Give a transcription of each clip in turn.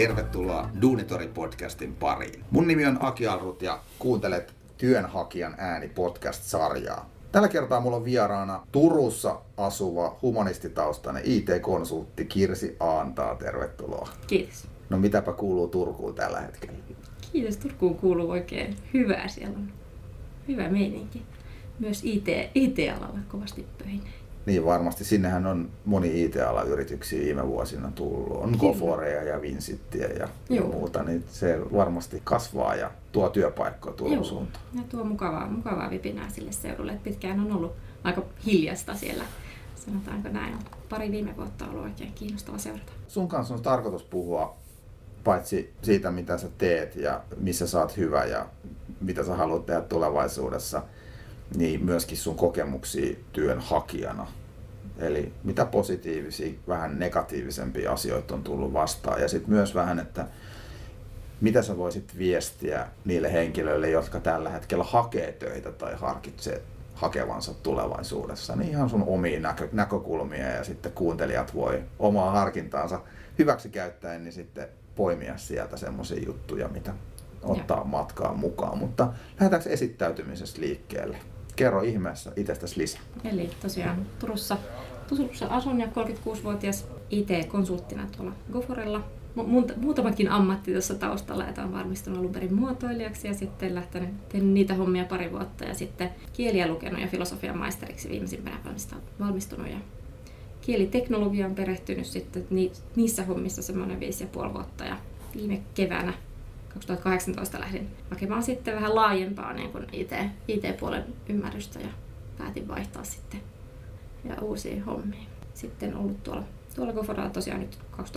Tervetuloa Duunitori-podcastin pariin. Mun nimi on Aki Alrut ja kuuntelet Työnhakijan ääni podcast-sarjaa. Tällä kertaa mulla on vieraana Turussa asuva humanistitaustainen IT-konsultti Kirsi Aantaa. Tervetuloa. Kiitos. No mitäpä kuuluu Turkuun tällä hetkellä? Kiitos, Turkuun kuuluu oikein hyvää. Siellä on hyvä meininki. Myös IT-alalla kovasti pöhinä. Niin varmasti. Sinnehän on moni IT-alan yrityksiä viime vuosina tullut. On Goforeja ja Vincittiä ja muuta. Niin se varmasti kasvaa ja tuo työpaikkoja Turun suuntaan. Ja tuo mukavaa vipinää sille seudulle. Pitkään on ollut aika hiljasta siellä. Sanotaanko näin. Pari viime vuotta on ollut oikein kiinnostava seurata. Sun kanssa on tarkoitus puhua paitsi siitä, mitä sä teet ja missä sä oot hyvä ja mitä sä haluat tehdä tulevaisuudessa, niin myöskin sun kokemuksia työnhakijana. Eli mitä positiivisia, vähän negatiivisempia asioita on tullut vastaan. Ja sitten myös vähän, että mitä sä voisit viestiä niille henkilöille, jotka tällä hetkellä hakee töitä tai harkitsee hakevansa tulevaisuudessa. Niin ihan sun omiin näkökulmia ja sitten kuuntelijat voi omaa harkintaansa hyväksi käyttäen, niin sitten poimia sieltä semmoisia juttuja, mitä ottaa matkaan mukaan. Mutta lähdetäänkö esittäytymisestä liikkeelle? Kerro ihmeessä itsestäsi lisää. Eli tosiaan Turussa asun ja 36-vuotias IT-konsulttina tuolla Goforella. Muutamakin ammatti tuossa taustalla, että olen valmistunut alun perin muotoilijaksi ja sitten tehnyt niitä hommia pari vuotta ja sitten kieliä lukenut ja filosofian maisteriksi viimeisimpänä valmistunut ja kieliteknologiaan perehtynyt sitten niissä hommissa semmoinen 5,5 vuotta ja viime keväänä 2018 lähdin hakemaan sitten vähän laajempaa niin kuin IT-puolen ymmärrystä ja päätin vaihtaa sitten ja uusia hommia. Sitten ollut tuolla Goforella tosiaan nyt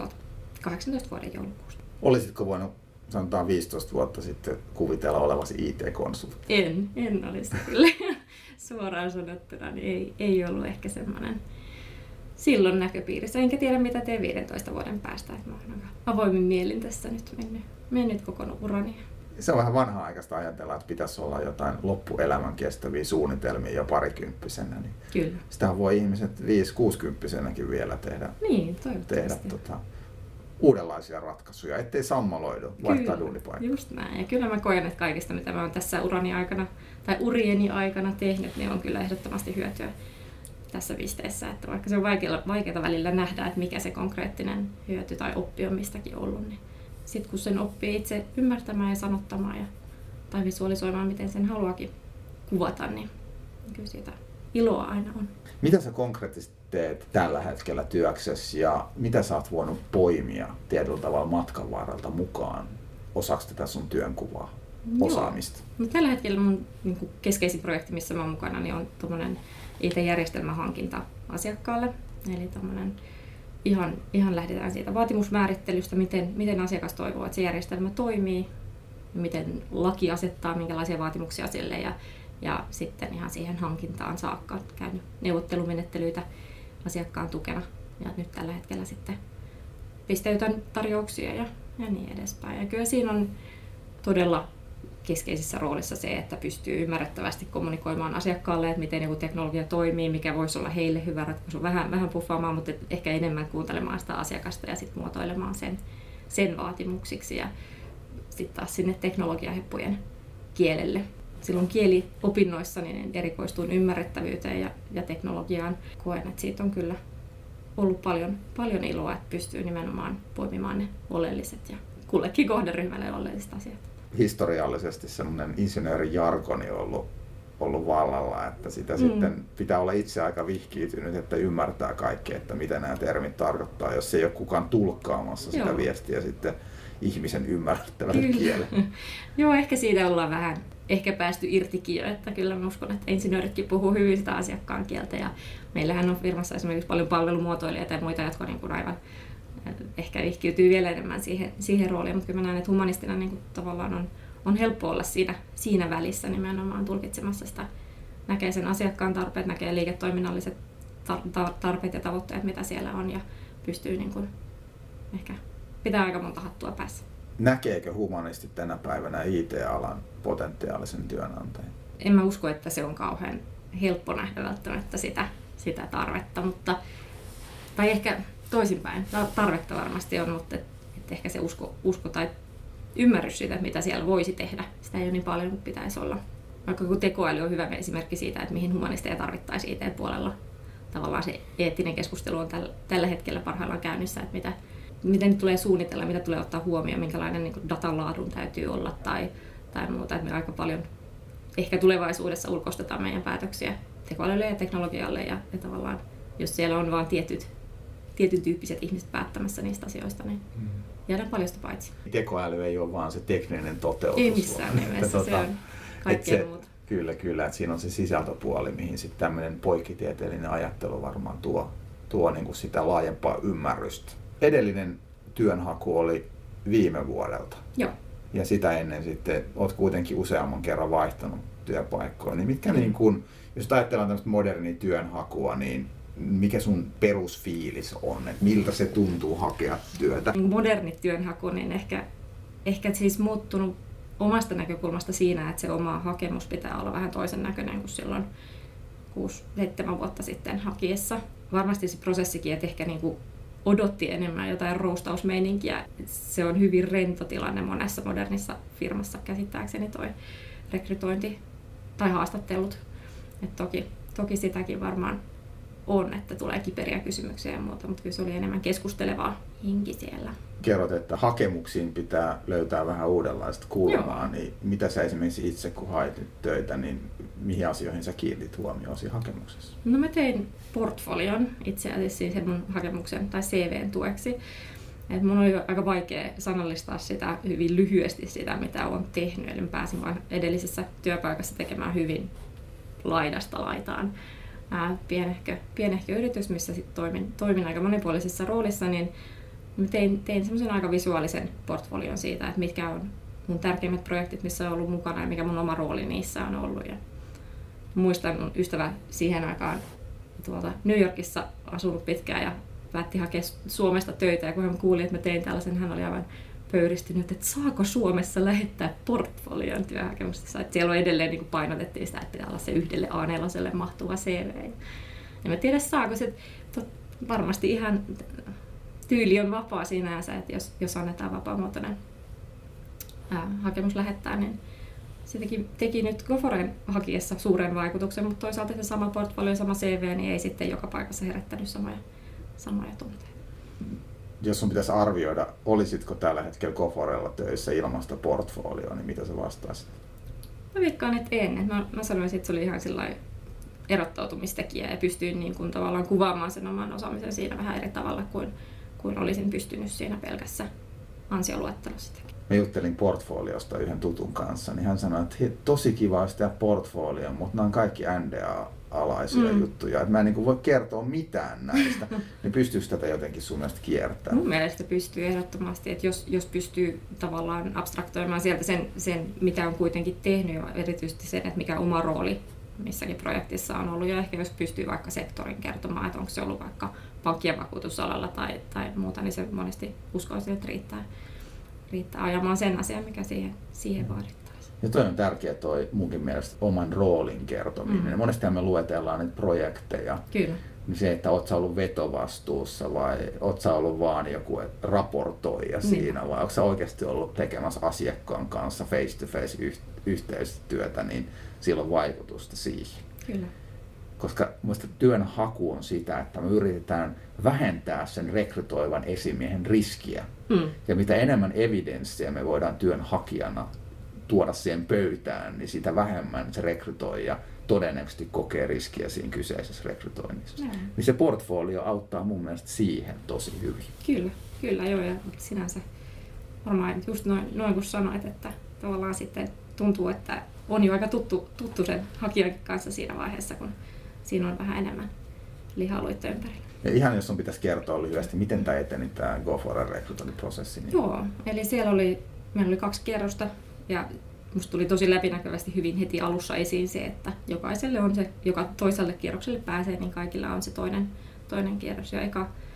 2018 vuoden joulukuusta. Olisitko voinut sanotaan 15 vuotta sitten kuvitella olevasi IT-konsultti? En olisi kyllä. Suoraan sanottuna niin ei ollut ehkä semmoinen silloin näköpiirissä. Enkä tiedä mitä teen 15 vuoden päästä. Että mä olen avoimin mielin tässä nyt mennyt koko urani. Se on vähän vanha-aikaista ajatella, että pitäisi olla jotain loppuelämän kestäviä suunnitelmia jo parikymppisenä. Niin kyllä. Sitähän voi ihmiset 5-60-vuotiaanakin vielä tehdä uudenlaisia ratkaisuja, ettei sammaloidu, vaihtaa duunipaikkaa. Just näin. Ja kyllä mä koen, että kaikista mitä mä oon tässä urieni aikana tehnyt, niin on kyllä ehdottomasti hyötyä tässä pisteessä. Että vaikka se on vaikeaa välillä nähdä, että mikä se konkreettinen hyöty tai oppi on mistäkin ollut, niin sitten kun sen oppii itse ymmärtämään ja sanottamaan tai visualisoimaan, miten sen haluakin kuvata, niin kyllä siitä iloa aina on. Mitä sä konkreettisesti teet tällä hetkellä työksessä ja mitä sä oot voinut poimia tietyllä tavalla matkan varrelta mukaan osaksi tätä sun työnkuvaa, osaamista? No, tällä hetkellä mun niin keskeisin projekti, missä mä oon mukana, niin on tuommoinen IT-järjestelmähankinta asiakkaalle. Eli ihan lähdetään siitä vaatimusmäärittelystä, miten asiakas toivoo, että se järjestelmä toimii, miten laki asettaa, minkälaisia vaatimuksia sille ja sitten ihan siihen hankintaan saakka käynyt neuvottelumenettelyitä asiakkaan tukena. Ja nyt tällä hetkellä sitten pisteytän tarjouksia ja niin edespäin. Ja kyllä siinä on todella keskeisessä roolissa se, että pystyy ymmärrettävästi kommunikoimaan asiakkaalle, että miten joku teknologia toimii, mikä voisi olla heille hyvä ratkaisu. Vähän puffaamaan, mutta ehkä enemmän kuuntelemaan sitä asiakasta ja sitten muotoilemaan sen vaatimuksiksi ja sitten taas sinne teknologiaheppujen kielelle. Silloin kieliopinnoissa niin erikoistuin ymmärrettävyyteen ja teknologiaan. Koen, että siitä on kyllä ollut paljon iloa, että pystyy nimenomaan poimimaan ne oleelliset ja kullekin kohderyhmälle oleelliset asiat. Historiallisesti semmoinen insinöörijargoni on ollut vallalla, että sitä sitten pitää olla itse aika vihkiytynyt, että ymmärtää kaikkea, että mitä nämä termit tarkoittaa, jos ei ole kukaan tulkkaamassa sitä viestiä sitten ihmisen ymmärrettävälle kielelle. Joo, ehkä siitä ollaan vähän päästy irtikin jo, että kyllä mä uskon, että insinööritkin puhuu hyvin sitä asiakkaan kieltä ja meillähän on firmassa esimerkiksi paljon palvelumuotoilijoita ja muita, jotka niin kuin aivan ehkä vihkiytyy vielä enemmän siihen rooliin, mutta kyllä mä näen, että humanistina niin kuin tavallaan on helppo olla siinä välissä nimenomaan tulkitsemassa sitä, näkee sen asiakkaan tarpeet, näkee liiketoiminnalliset tarpeet ja tavoitteet, mitä siellä on ja pystyy niin kuin ehkä pitää aika monta hattua päässä. Näkeekö humanistit tänä päivänä IT-alan potentiaalisen työnantajan? En mä usko, että se on kauhean helppo nähdä välttämättä sitä tarvetta, tai ehkä toisinpäin. Tarvetta varmasti on, mutta että ehkä se usko tai ymmärrys siitä, mitä siellä voisi tehdä, sitä ei ole niin paljon kuin pitäisi olla. Vaikka kun tekoäly on hyvä esimerkki siitä, että mihin humanisteja tarvittaisiin IT-puolella. Tavallaan se eettinen keskustelu on tällä hetkellä parhaillaan käynnissä, että miten nyt tulee suunnitella, mitä tulee ottaa huomioon, minkälainen niin kuin datan laadun täytyy olla tai muuta. Että me aika paljon ehkä tulevaisuudessa ulkoistetaan meidän päätöksiä tekoälylle ja teknologialle ja tavallaan jos siellä on vain tietyn tyyppiset ihmiset päättämässä niistä asioista, niin jäädään paljosta paitsi. Tekoäly ei ole vaan se tekninen toteutus. Ei missään nimessä, se on kaikkea muuta. Kyllä, että siinä on se sisältöpuoli, mihin sitten tämmöinen poikkitieteellinen ajattelu varmaan tuo niin kuin sitä laajempaa ymmärrystä. Edellinen työnhaku oli viime vuodelta. Joo. Ja sitä ennen sitten olet kuitenkin useamman kerran vaihtanut työpaikkoja. Niin mitkä niin kuin, jos ajatellaan tämmöistä modernia työnhakua, niin mikä sun perusfiilis on? Että miltä se tuntuu hakea työtä? Moderni työnhaku, niin ehkä siis muuttunut omasta näkökulmasta siinä, että se oma hakemus pitää olla vähän toisen näköinen kuin silloin 6-7 vuotta sitten hakiessa. Varmasti se prosessikin, että ehkä niin kuin odotti enemmän jotain roustausmeininkiä. Se on hyvin rento tilanne monessa modernissa firmassa käsittääkseni toi rekrytointi tai haastattelut. Et toki sitäkin varmaan on, että tulee kiperiä kysymyksiä ja muuta, mutta kyllä se oli enemmän keskustelevaa henki siellä. Kerrot, että hakemuksiin pitää löytää vähän uudenlaista kulmaa, niin mitä sä esimerkiksi itse kun hait nyt töitä, niin mihin asioihin sä kiinnitit huomioon siinä hakemuksessa? No mä tein portfolion itse asiassa sen mun hakemuksen tai CVn tueksi. Et mun oli aika vaikea sanallistaa sitä hyvin lyhyesti sitä, mitä olen tehnyt, eli mä pääsin vain edellisessä työpaikassa tekemään hyvin laidasta laitaan. Pienehkö yritys, missä sitten toimin aika monipuolisessa roolissa, niin tein semmoisen aika visuaalisen portfolion siitä, että mitkä on mun tärkeimmät projektit, missä on ollut mukana ja mikä mun oma rooli niissä on ollut. Ja muistan mun ystävä siihen aikaan tuolta New Yorkissa asunut pitkään ja päätti hakea Suomesta töitä, ja kun hän kuuli, että mä tein tällaisen, hän oli aivan pöyristynyt, että saako Suomessa lähettää portfolion työhakemuksessa. Että siellä on edelleen niin kuin painotettiin sitä, että pitää olla se yhdelle A4:lle mahtuva CV. En mä tiedä, saako se. Varmasti ihan tyyli on vapaa sinänsä, että jos annetaan vapaamuotoinen hakemus lähettää, niin se teki nyt Goforen hakiessa suuren vaikutuksen, mutta toisaalta se sama portfolio, sama CV, niin ei sitten joka paikassa herättänyt samoja tunteita. Jos sun pitäisi arvioida, olisitko tällä hetkellä Goforella töissä ilmaista portfolioa, niin mitä sä vastaisit? Mä veikkaan, että en. Mä sanoisin, että se oli ihan sellainen erottautumistekijä ja pystyin niin kuin tavallaan kuvaamaan sen oman osaamisen siinä vähän eri tavalla kuin olisin pystynyt siinä pelkässä ansioluettelossa. Mä juttelin portfoliosta yhden tutun kanssa, niin hän sanoi, että tosi kiva olisi tehdä portfolio, mutta nämä on kaikki NDA-alaisia juttuja. Että mä en niin kuin voi kertoa mitään näistä. Niin pystyykö tätä jotenkin sun mielestä kiertämään? Mun mielestä pystyy ehdottomasti, että jos pystyy tavallaan abstraktoimaan sieltä sen, mitä on kuitenkin tehnyt, ja erityisesti sen, että mikä oma rooli missäkin projektissa on ollut, ja ehkä jos pystyy vaikka sektorin kertomaan, että onko se ollut vaikka pankki- ja vakuutusalalla tai muuta, niin se monesti uskoisin, että riittää ajamaan sen asian, mikä siihen vaadittaisiin. Ja toi on tärkeä toi munkin mielestä oman roolin kertominen. Monestihan me luetellaan niitä projekteja. Kyllä. Niin se, että oot sä ollut vetovastuussa vai oot sä ollut vaan joku raportoija siinä vai onko sä oikeasti ollut tekemässä asiakkaan kanssa face-to-face yhteistyötä, niin sillä on vaikutusta siihen. Kyllä. Koska minusta työnhaku on sitä, että me yritetään vähentää sen rekrytoivan esimiehen riskiä. Ja mitä enemmän evidenssiä me voidaan työnhakijana tuoda siihen pöytään, niin sitä vähemmän se rekrytoija todennäköisesti kokee riskiä siinä kyseisessä rekrytoinnissa. Niin se portfolio auttaa mun mielestä siihen tosi hyvin. Kyllä joo, ja sinänsä varmaan just noin kun sanoit, että tavallaan sitten tuntuu, että on jo aika tuttu sen hakijankin kanssa siinä vaiheessa, kun siinä on vähän enemmän lihaluita ympärillä. Ja ihan jos on pitäisi kertoa lyhyesti, miten tämä eteni tämä Goforen rekrytointiprosessi? Niin... Joo, eli meillä oli 2 kierrosta ja musta tuli tosi läpinäkyvästi hyvin heti alussa esiin se, että jokaiselle on se, joka toiselle kierrokselle pääsee, niin kaikilla on se toinen kierros. Ja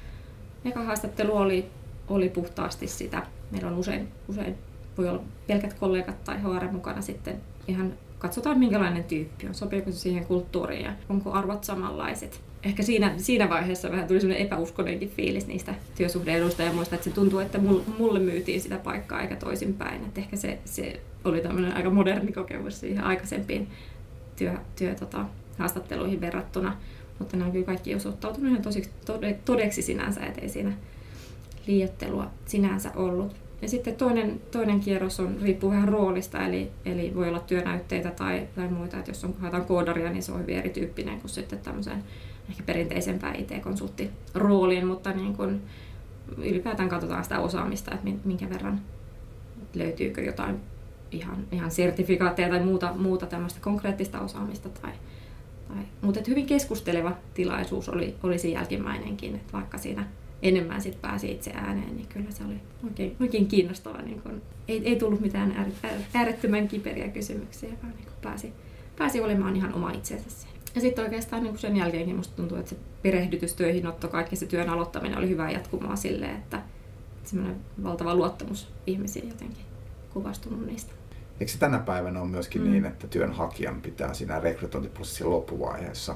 eka haastattelu oli puhtaasti sitä. Meillä on usein voi olla pelkät kollegat tai HR mukana sitten ihan katsotaan minkälainen tyyppi on, sopiiko se siihen kulttuuriin ja onko arvot samanlaiset. ehkä siinä vaiheessa vähän tuli sellainen epäuskonenkin fiilis niistä työsuhde-eduista ja muista, että se tuntuu, että mulle myytiin sitä paikkaa eikä toisinpäin. Että ehkä se oli tämmöinen aika moderni kokemus siihen aikaisempiin haastatteluihin verrattuna. Mutta nämä on kyllä kaikki osoittautunut ihan todeksi sinänsä, ettei siinä liioittelua sinänsä ollut. Ja sitten toinen kierros riippuu vähän roolista, eli voi olla työnäytteitä tai muita, että jos haetaan koodaria, niin se on hyvin erityyppinen kuin sitten tämmöiseen ehkä perinteisempään IT-konsulttirooliin, mutta niin kun ylipäätään katsotaan sitä osaamista, että minkä verran löytyykö jotain ihan sertifikaatteja tai muuta tämmöistä konkreettista osaamista. Mutta hyvin keskusteleva tilaisuus oli se jälkimmäinenkin, että vaikka siinä enemmän sit pääsi itse ääneen, niin kyllä se oli oikein kiinnostava. Niin kun ei tullut mitään äärettömän kiperiä kysymyksiä, vaan niin pääsi olemaan ihan oma itsensä siellä. Ja sitten oikeastaan niin sen jälkeenkin musta tuntuu, että se perehdytys, töihinotto, kaikki se työn aloittaminen oli hyvä jatkumoa silleen, että semmoinen valtava luottamus ihmisiin jotenkin kuvastunut niistä. Eikö se tänä päivänä ole myöskin niin, että työnhakijan pitää siinä rekrytointiprosessin loppuvaiheessa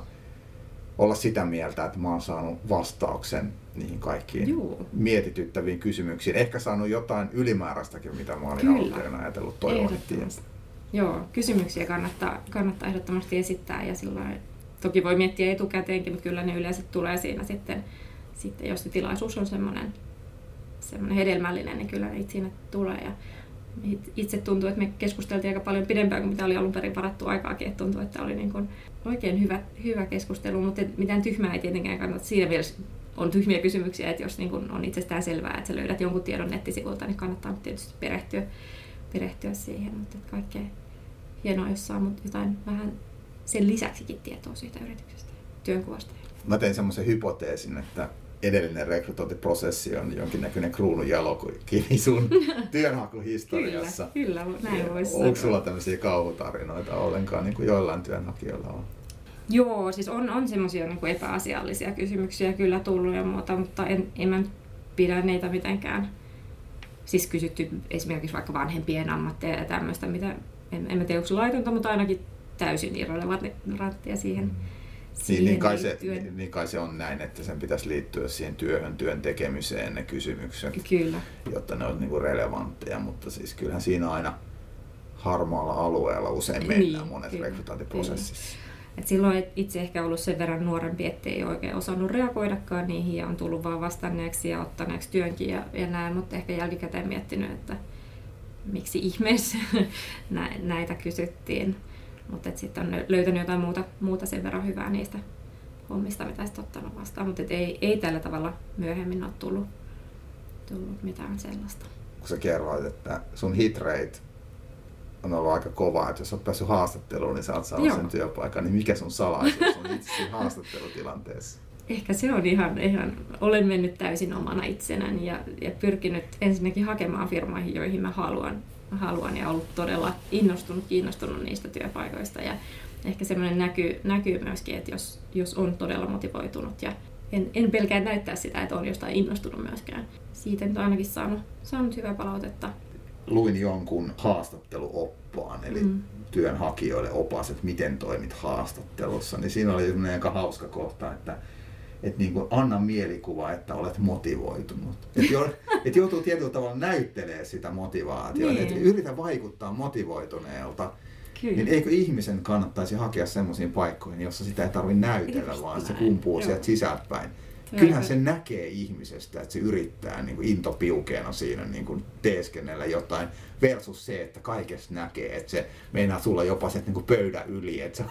olla sitä mieltä, että mä oon saanut vastauksen niihin kaikkiin mietityttäviin kysymyksiin. Ehkä saanut jotain ylimääräistäkin, mitä mä olin alun ajatellut toivonettiin. Joo, kysymyksiä kannattaa ehdottomasti esittää ja silloin toki voi miettiä etukäteenkin, mutta kyllä ne yleensä tulee siinä sitten jos se tilaisuus on semmoinen hedelmällinen, niin kyllä niitä siinä tulee. Ja itse tuntuu, että me keskusteltiin aika paljon pidempään kuin mitä oli alun perin varattu aikaakin, että tuntuu, että oli niin kuin oikein hyvä keskustelu, mutta mitään tyhmää ei tietenkään kannata. Siinä mielessä on tyhmiä kysymyksiä, että jos niin kuin on itsestään selvää, että sä löydät jonkun tiedon nettisivulta, niin kannattaa tietysti perehtyä siihen, mutta kaikkea hienoa, jos saa jotain vähän sen lisäksikin tietoa siitä yrityksestä ja työnkuvasta. Mä tein semmoisen hypoteesin, että edellinen rekrytointiprosessi on jonkinnäköinen kruununjalokivi sun työnhakuhistoriassa. Kyllä, näin voisi sanoa. Onko sulla tämmöisiä kauhutarinoita ollenkaan, niin kuin joillain työnhakijoilla on? Joo, siis on semmoisia niin kuin epäasiallisia kysymyksiä kyllä tullut ja muuta, mutta en mä pidä neitä mitenkään. Siis kysytty esimerkiksi vaikka vanhempien ammatteja ja tämmöistä, mitä en mä tiedä, onko se laitonta, mutta ainakin täysin irrelevanttia siihen. Niin kai se on näin, että sen pitäisi liittyä siihen työn tekemiseen ne kysymykset, kyllä, jotta ne on niinku relevantteja, mutta siis kyllähän siinä aina harmaalla alueella usein mennään monessa rekrytointiprosessissa. Et silloin itse ehkä ollut sen verran nuorempi, ettei oikein osannut reagoidakaan niihin ja on tullut vaan vastanneeksi ja ottaneeksi työnkin ja näin, mutta ehkä jälkikäteen miettinyt, että miksi ihmeessä näitä kysyttiin. Mutta sitten on löytänyt jotain muuta sen verran hyvää niistä hommista, mitä sitten ottanut vastaan. Mutta ei tällä tavalla myöhemmin ole tullut mitään sellaista. Kun sä kerroit, että sun hit rate on ollut aika kova, että jos olet päässyt haastatteluun, niin sä oot saanut sen työpaikan, niin mikä sun salaisuus on itse siinä haastattelutilanteessa? Ehkä se on ihan olen mennyt täysin omana itsenäni ja pyrkinyt ensinnäkin hakemaan firmoihin, joihin mä haluan ja ollut todella kiinnostunut niistä työpaikoista ja ehkä semmoinen näkyy myöskin, että jos on todella motivoitunut ja en pelkää näyttää sitä, että on jostain innostunut myöskään. Siitä nyt ainakin saanut hyvää palautetta. Luin jonkun haastatteluoppaan, eli työnhakijoille opas, että miten toimit haastattelussa, niin siinä oli semmoinen aika hauska kohta, että niin kuin anna mielikuva, että olet motivoitunut. Että joutuu tietyllä tavalla näyttelemään sitä motivaatiota, että yritä vaikuttaa motivoituneelta. Kyllä. Niin eikö ihmisen kannattaisi hakea semmoisiin paikkoihin, jossa sitä ei tarvitse näytellä, vaan se kumpuu sieltä sisältäpäin. Kyllähän se näkee ihmisestä, että se yrittää niin kuin into piukeena siinä niin kuin teeskennellä jotain, versus se, että kaikesta näkee, että se meinaa tulla jopa sieltä niin kuin pöydän yli. Että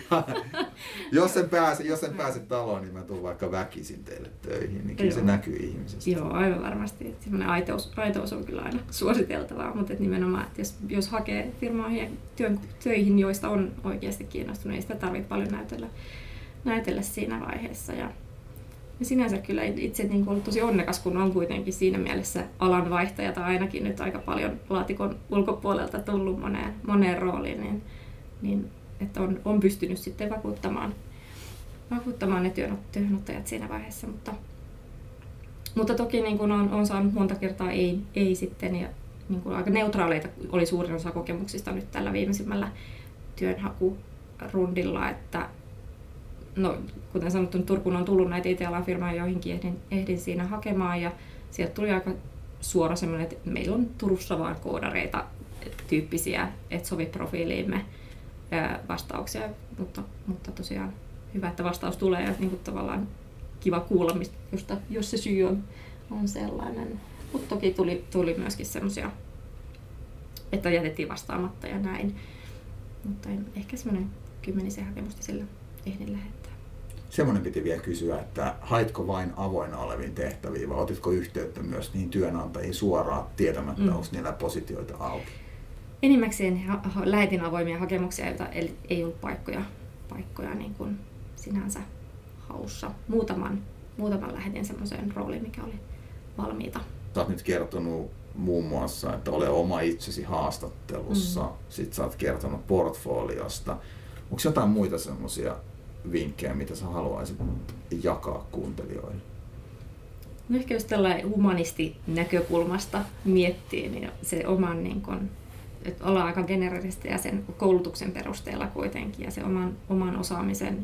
jos en pääse taloon, niin mä tulen vaikka väkisin teille töihin, niin kyllä se näkyy ihmisestä. Joo, aivan varmasti. Semmoinen aitous on kyllä aina suositeltavaa, mutta nimenomaan, että jos hakee firmoihin ja töihin, joista on oikeasti kiinnostunut, niin sitä tarvitsee paljon näytellä siinä vaiheessa. Ja sinänsä kyllä itse niin ollut tosi onnekas, kun on kuitenkin siinä mielessä alanvaihtaja tai ainakin nyt aika paljon laatikon ulkopuolelta tullut moneen rooliin, niin että on pystynyt sitten vakuuttamaan ne työnottajat siinä vaiheessa. Mutta toki niin kuin on saanut monta kertaa ei sitten ja niin kuin aika neutraaleita oli suurin osa kokemuksista nyt tällä viimeisimmällä työnhakurundilla, että no kuten sanottu, Turkuun on tullut näitä IT-alan firmoja, joihinkin ehdin siinä hakemaan ja sieltä tuli aika suora semmoinen, että meillä on Turussa vaan koodareita tyyppisiä, että sovi profiiliimme vastauksia, mutta tosiaan hyvä, että vastaus tulee ja niin kuin tavallaan kiva kuulla, jos se syy on sellainen. Mutta toki tuli myöskin semmoisia, että jätettiin vastaamatta ja näin. Mutta ehkä semmoinen 10 hakemusta sillä ehdin lähettää. Semmoinen piti vielä kysyä, että haitko vain avoinna oleviin tehtäviin vai otitko yhteyttä myös niihin työnantajiin suoraan tietämättä, onko niillä positioita auki? Enimmäkseen lähetin avoimia hakemuksia, joita ei ollut paikkoja niin kuin sinänsä haussa. Muutaman lähetin semmoiseen rooliin, mikä oli valmiita. Sä oot nyt kertonut muun muassa, että ole oma itsesi haastattelussa. Sitten sä oot kertonut portfoliosta. Onko jotain muita semmoisia vinkkejä, mitä sä haluaisit jakaa kuuntelijoille? No ehkä jos tällainen humanisti-näkökulmasta miettii, niin se oman, niin kun, että ollaan aika generalista ja sen koulutuksen perusteella kuitenkin ja se oman osaamisen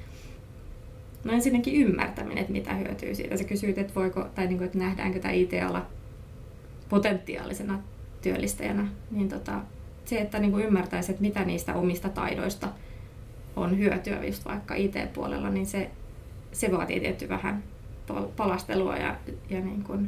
no ensinnäkin ymmärtäminen, että mitä hyötyy siitä. Sä kysyit, että että nähdäänkö tämä IT-ala potentiaalisena työllistäjänä, niin se, että niin kuin ymmärtäisi, että mitä niistä omista taidoista on hyötyä just vaikka IT-puolella, niin se vaatii tietty vähän palastelua ja niin kuin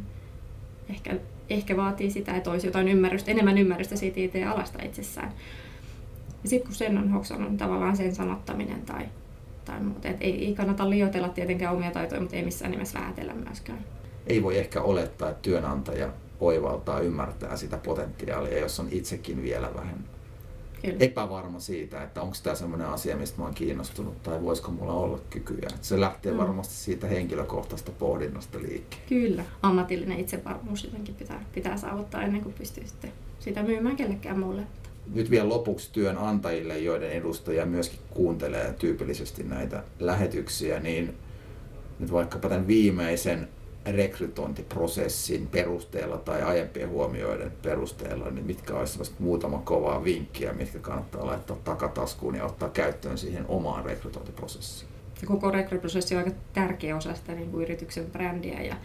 ehkä vaatii sitä, että olisi jotain enemmän ymmärrystä siitä IT-alasta itsessään. Ja sitten kun sen on hoksannut, niin tavallaan sen sanottaminen tai muuta. Et ei kannata liioitella tietenkään omia taitoja, mutta ei missään nimessä vähätellä myöskään. Ei voi ehkä olettaa, että työnantaja oivaltaa, ymmärtää sitä potentiaalia, jos on itsekin vielä vähän epävarma siitä, että onko tämä sellainen asia, mistä mä oon kiinnostunut tai voisiko mulla olla kykyjä. Et se lähtee varmasti siitä henkilökohtaisesta pohdinnasta liikkeelle. Kyllä. Ammatillinen itsevarmuus jotenkin pitää saavuttaa ennen kuin pystyy sitten sitä myymään kellekään muulle. Nyt vielä lopuksi työnantajille, joiden edustajia myöskin kuuntelee tyypillisesti näitä lähetyksiä, niin nyt vaikkapa tämän viimeisen rekrytointiprosessin perusteella tai aiempien huomioiden perusteella, niin mitkä olisivat muutama kovaa vinkkiä, mitkä kannattaa laittaa takataskuun ja ottaa käyttöön siihen omaan rekrytointiprosessiin? Se koko rekryprosessi on aika tärkeä osa sitä niin kuin yrityksen brändiä ja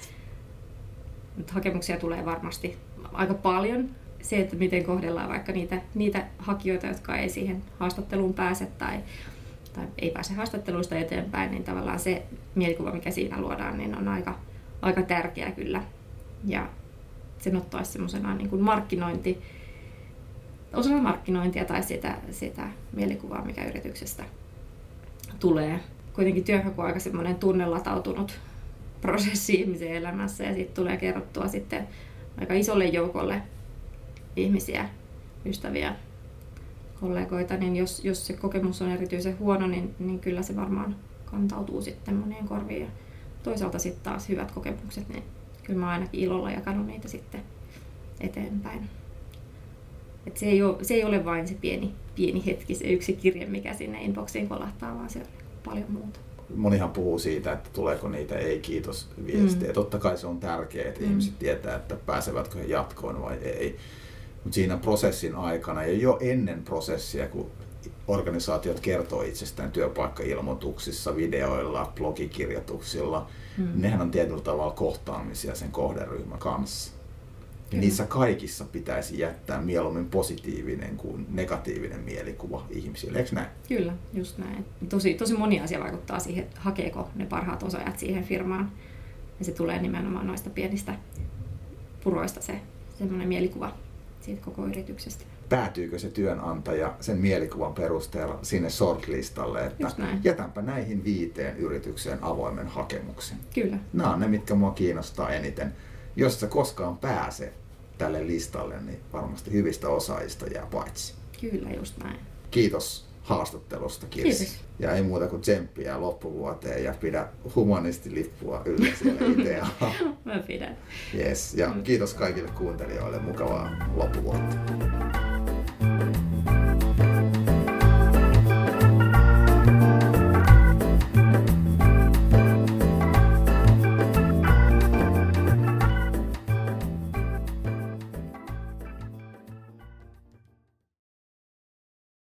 nyt hakemuksia tulee varmasti aika paljon. Se, että miten kohdellaan vaikka niitä hakijoita, jotka ei siihen haastatteluun pääse tai ei pääse haastatteluista eteenpäin, niin tavallaan se mielikuva, mikä siinä luodaan, niin on aika tärkeä kyllä. Ja sen ottaisi semmoisena niin kuin osana markkinointia tai sitä mielikuvaa, mikä yrityksestä tulee. Kuitenkin työnhaku on aika semmoinen tunnelatautunut prosessi ihmisen elämässä ja siitä tulee kerrottua sitten aika isolle joukolle ihmisiä, ystäviä, kollegoita, niin jos se kokemus on erityisen huono, niin kyllä se varmaan kantautuu sitten monien korviin. Ja toisaalta sitten taas hyvät kokemukset, niin kyllä mä oon ainakin ilolla jakanut niitä sitten eteenpäin. Et se ei ole vain se pieni hetki, se yksi kirje, mikä sinne inboxiin kolahtaa, vaan se on paljon muuta. Monihan puhuu siitä, että tuleeko niitä ei-kiitos viestejä. Totta kai se on tärkeää, että ihmiset tietää, että pääsevätkö he jatkoon vai ei. Mutta siinä prosessin aikana ja jo ennen prosessia, kun organisaatiot kertoo itsestään työpaikkailmoituksissa, videoilla, blogikirjoituksilla, nehän on tietyllä tavalla kohtaamisia sen kohderyhmän kanssa. Ja niissä kaikissa pitäisi jättää mieluummin positiivinen kuin negatiivinen mielikuva ihmisille, eikö näin? Kyllä, just näin. Tosi moni asia vaikuttaa siihen, että hakeeko ne parhaat osaajat siihen firmaan. Ja se tulee nimenomaan noista pienistä puroista se semmoinen mielikuva siitä koko yrityksestä. Päätyykö se työnantaja sen mielikuvan perusteella sinne shortlistalle, että jätänpä näihin 5 yritykseen avoimen hakemuksen? Kyllä. Nämä on ne, mitkä mua kiinnostaa eniten. Jos sä koskaan pääse tälle listalle, niin varmasti hyvistä osaajista jää paitsi. Kyllä, just näin. Kiitos haastattelusta, Kirsi. Kiitos. Ja ei muuta kuin tsemppiä loppuvuoteen ja pidä humanistilippua yllä siellä IT:alla. Mä pidän. Yes. Ja kiitos kaikille kuuntelijoille. Mukavaa loppuvuotta.